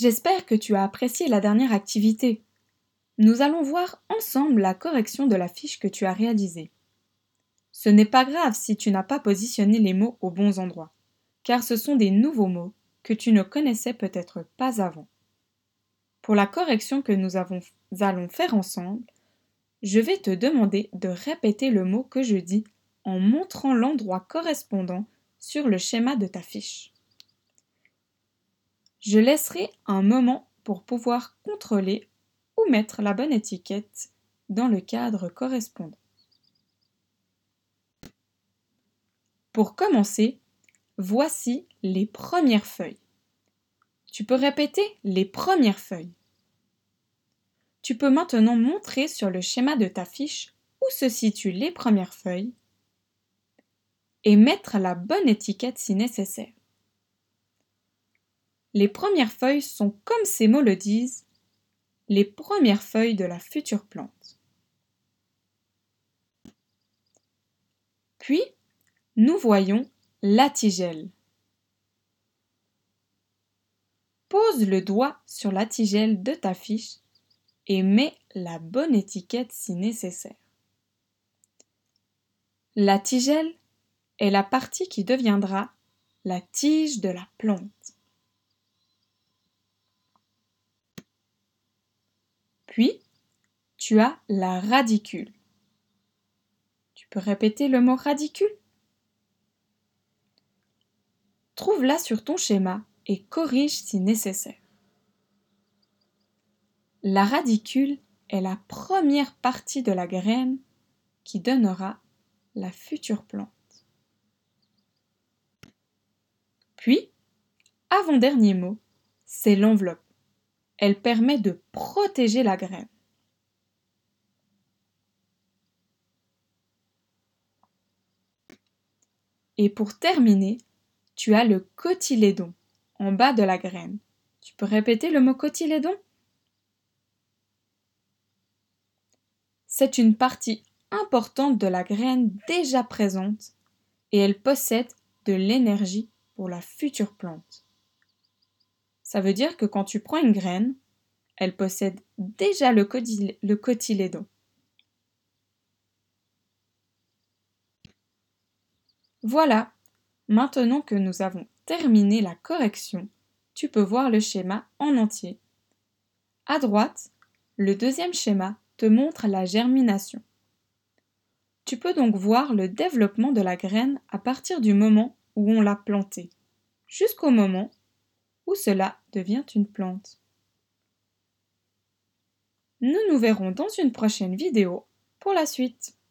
J'espère que tu as apprécié la dernière activité. Nous allons voir ensemble la correction de la fiche que tu as réalisée. Ce n'est pas grave si tu n'as pas positionné les mots aux bons endroits, car ce sont des nouveaux mots que tu ne connaissais peut-être pas avant. Pour la correction que nous allons faire ensemble, je vais te demander de répéter le mot que je dis en montrant l'endroit correspondant sur le schéma de ta fiche. Je laisserai un moment pour pouvoir contrôler ou mettre la bonne étiquette dans le cadre correspondant. Pour commencer, voici les premières feuilles. Tu peux répéter les premières feuilles. Tu peux maintenant montrer sur le schéma de ta fiche où se situent les premières feuilles et mettre la bonne étiquette si nécessaire. Les premières feuilles sont, comme ces mots le disent, les premières feuilles de la future plante. Puis, nous voyons la tigelle. Pose le doigt sur la tigelle de ta fiche et mets la bonne étiquette si nécessaire. La tigelle est la partie qui deviendra la tige de la plante. Puis, tu as la radicule. Tu peux répéter le mot radicule? Trouve-la sur ton schéma et corrige si nécessaire. La radicule est la première partie de la graine qui donnera la future plante. Puis, avant-dernier mot, c'est l'enveloppe. Elle permet de protéger la graine. Et pour terminer, tu as le cotylédon en bas de la graine. Tu peux répéter le mot cotylédon? C'est une partie importante de la graine déjà présente et elle possède de l'énergie pour la future plante. Ça veut dire que quand tu prends une graine, elle possède déjà le cotylédon. Voilà, maintenant que nous avons terminé la correction, tu peux voir le schéma en entier. À droite, le deuxième schéma te montre la germination. Tu peux donc voir le développement de la graine à partir du moment où on l'a plantée, jusqu'au moment où cela devient une plante. Nous nous verrons dans une prochaine vidéo pour la suite.